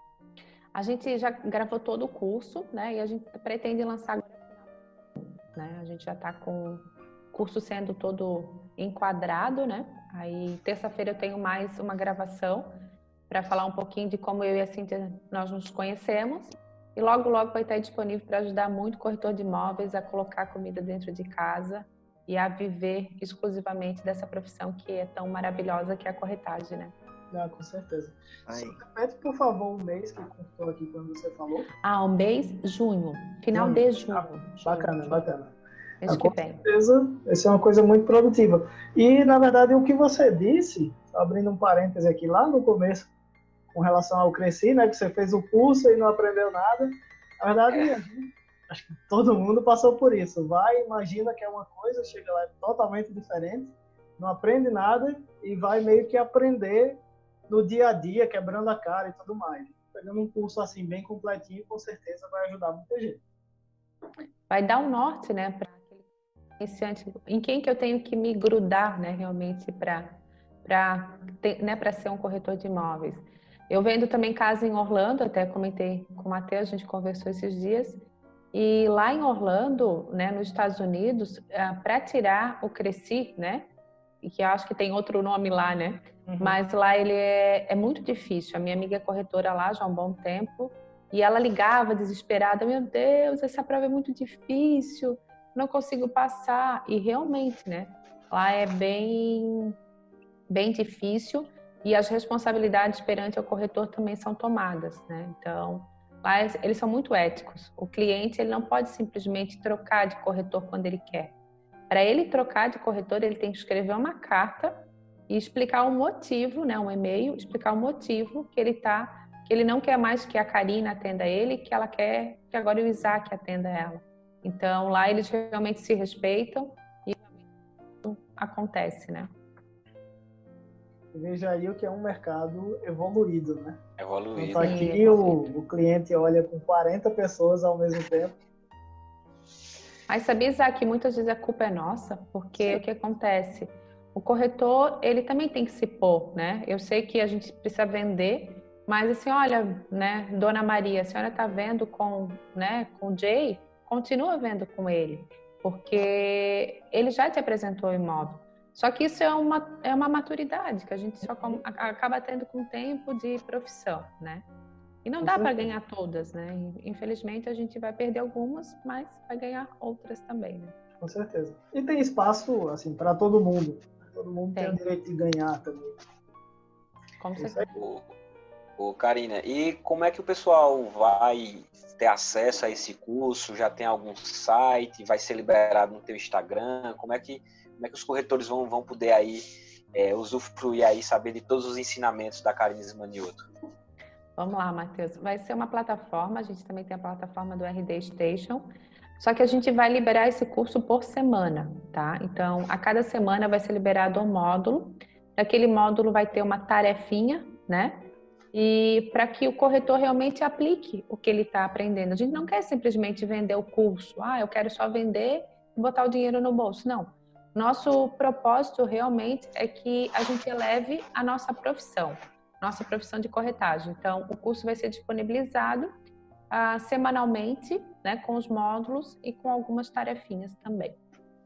[SPEAKER 4] A gente já gravou todo o curso, né? E a gente pretende lançar agora, né? A gente já está com o curso sendo todo enquadrado, né? Aí, terça-feira eu tenho mais uma gravação para falar um pouquinho de como eu e a Cíntia nós nos conhecemos. E logo, logo vai estar disponível para ajudar muito o corretor de imóveis a colocar comida dentro de casa e a viver exclusivamente dessa profissão que é tão maravilhosa, que é a corretagem, né?
[SPEAKER 2] Ah, com certeza. Só repete, por favor, o mês que contou aqui quando você falou.
[SPEAKER 4] O mês, junho. Final de junho.
[SPEAKER 2] Bacana,
[SPEAKER 4] junho.
[SPEAKER 2] Bacana.
[SPEAKER 4] Com
[SPEAKER 2] certeza, essa é uma coisa muito produtiva. E, na verdade, o que você disse, abrindo um parêntese aqui lá no começo, com relação ao Cresci, né, que você fez o curso e não aprendeu nada, na verdade, acho que todo mundo passou por isso. Vai, imagina que é uma coisa, chega lá é totalmente diferente, não aprende nada e vai meio que aprender no dia a dia, quebrando a cara e tudo mais. Pegando um curso assim bem completinho, com certeza vai ajudar muita gente.
[SPEAKER 4] Vai dar um norte, né, para aquele iniciante, em quem que eu tenho que me grudar, né, realmente para ser um corretor de imóveis. Eu vendo também casa em Orlando, até comentei com o Matheus, a gente conversou esses dias, e lá em Orlando, né, nos Estados Unidos, para tirar o Cresci, né, e que eu acho que tem outro nome lá, né, mas lá ele é muito difícil. A minha amiga é corretora lá já há um bom tempo, e ela ligava desesperada, meu Deus, essa prova é muito difícil, não consigo passar. E realmente, né, lá é bem difícil, e as responsabilidades perante o corretor também são tomadas, né? Então, lá eles são muito éticos. O cliente, ele não pode simplesmente trocar de corretor quando ele quer. Para ele trocar de corretor, ele tem que escrever uma carta e explicar o motivo, né, um e-mail, explicar o motivo que ele não quer mais que a Karina atenda ele, que ela quer que agora o Isaac atenda ela. Então, lá eles realmente se respeitam e acontece, né?
[SPEAKER 2] Veja aí o que é um mercado evoluído, né?
[SPEAKER 1] Evoluído.
[SPEAKER 2] Então, aqui o cliente olha com 40 pessoas ao mesmo tempo.
[SPEAKER 4] Mas sabia, Isaac, que muitas vezes a culpa é nossa, porque o que acontece? O corretor, ele também tem que se pôr, né? Eu sei que a gente precisa vender, mas assim, olha, né, Dona Maria, a senhora está vendo com o Jay? Continua vendo com ele, porque ele já te apresentou o imóvel. Só que isso é uma maturidade que a gente só acaba tendo com o tempo de profissão, né? E não dá para ganhar todas, né? Infelizmente a gente vai perder algumas, mas vai ganhar outras também, né?
[SPEAKER 2] Com certeza. E tem espaço, assim, para todo mundo. Todo mundo tem o direito de ganhar também.
[SPEAKER 4] Com certeza.
[SPEAKER 1] Ô, Karina, e como é que o pessoal vai ter acesso a esse curso? Já tem algum site? Vai ser liberado no teu Instagram? Como é que os corretores vão poder aí usufruir aí, saber de todos os ensinamentos da Karina Smanioto?
[SPEAKER 4] Vamos lá, Matheus. Vai ser uma plataforma, a gente também tem a plataforma do RD Station, só que a gente vai liberar esse curso por semana, tá? Então, a cada semana vai ser liberado um módulo. Naquele módulo vai ter uma tarefinha, né? E para que o corretor realmente aplique o que ele está aprendendo. A gente não quer simplesmente vender o curso. Eu quero só vender e botar o dinheiro no bolso. Não. Nosso propósito realmente é que a gente eleve a nossa profissão de corretagem. Então, o curso vai ser disponibilizado semanalmente, né, com os módulos e com algumas tarefinhas também.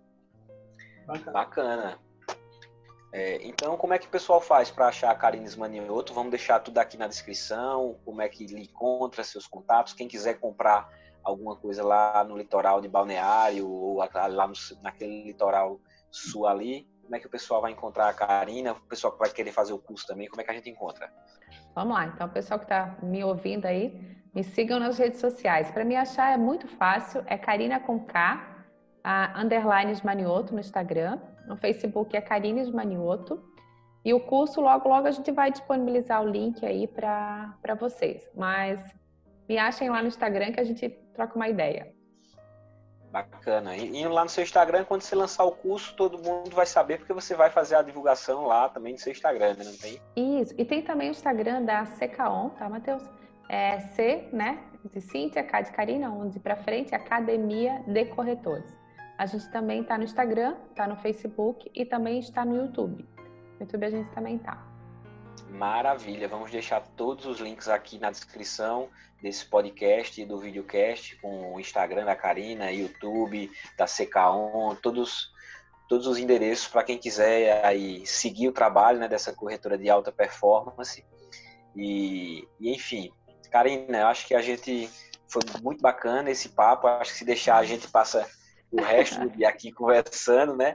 [SPEAKER 1] Bacana. Então, como é que o pessoal faz para achar a Karina Smanioto? Vamos deixar tudo aqui na descrição, como é que ele encontra seus contatos. Quem quiser comprar alguma coisa lá no litoral de Balneário ou lá naquele litoral sul ali, como é que o pessoal vai encontrar a Karina? O pessoal que vai querer fazer o curso também, como é que a gente encontra?
[SPEAKER 4] Vamos lá, então o pessoal que está me ouvindo aí, me sigam nas redes sociais. Para me achar é muito fácil, é Karina com K, _ Smanioto no Instagram, no Facebook é Karina Smanioto, e o curso logo a gente vai disponibilizar o link aí para vocês. Mas me achem lá no Instagram que a gente troca uma ideia.
[SPEAKER 1] Bacana. E lá no seu Instagram, quando você lançar o curso, todo mundo vai saber, porque você vai fazer a divulgação lá também no seu Instagram, né? Não tem?
[SPEAKER 4] Isso. E tem também o Instagram da CKON, tá, Matheus? É C, né? De Cíntia, K de Karina, onde para frente, Academia de Corretores. A gente também tá no Instagram, tá no Facebook e também está no YouTube. No YouTube a gente também tá.
[SPEAKER 1] Maravilha. Vamos deixar todos os links aqui na descrição desse podcast e do videocast, com o Instagram da Karina, YouTube, da CKON, todos os endereços para quem quiser aí seguir o trabalho, né, dessa corretora de alta performance. E enfim, Karina, eu acho que a gente foi muito bacana esse papo. Acho que se deixar a gente passa o resto do dia aqui conversando, né?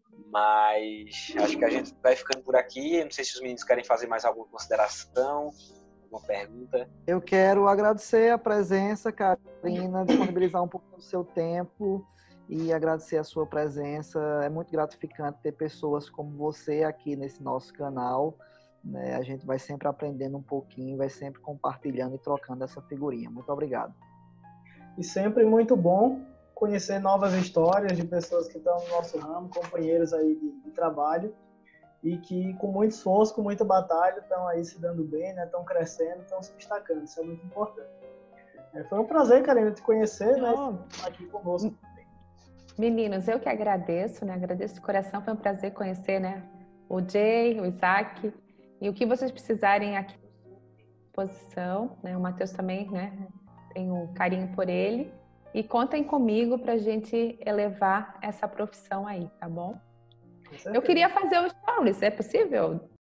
[SPEAKER 1] Mas acho que a gente vai ficando por aqui. Não sei se os meninos querem fazer mais alguma consideração, alguma pergunta.
[SPEAKER 3] Eu quero agradecer a presença, Karina, disponibilizar um pouco do seu tempo e agradecer a sua presença. É muito gratificante ter pessoas como você aqui nesse nosso canal, né? A gente vai sempre aprendendo um pouquinho, vai sempre compartilhando e trocando essa figurinha. Muito obrigado.
[SPEAKER 2] E sempre muito bom conhecer novas histórias de pessoas que estão no nosso ramo, companheiros aí de trabalho, e que com muito esforço, com muita batalha, estão aí se dando bem, né? Estão crescendo, estão se destacando. Isso é muito importante. Foi um prazer, Karina, te conhecer, né? Aqui conosco.
[SPEAKER 4] Meninos, eu que agradeço, né? Agradeço de coração, foi um prazer conhecer, né? O Jay, o Isaac, e o que vocês precisarem aqui à disposição, né? O Matheus também, né? Tenho um carinho por ele. E contem comigo para a gente elevar essa profissão aí, tá bom? Eu queria fazer o stories, é possível?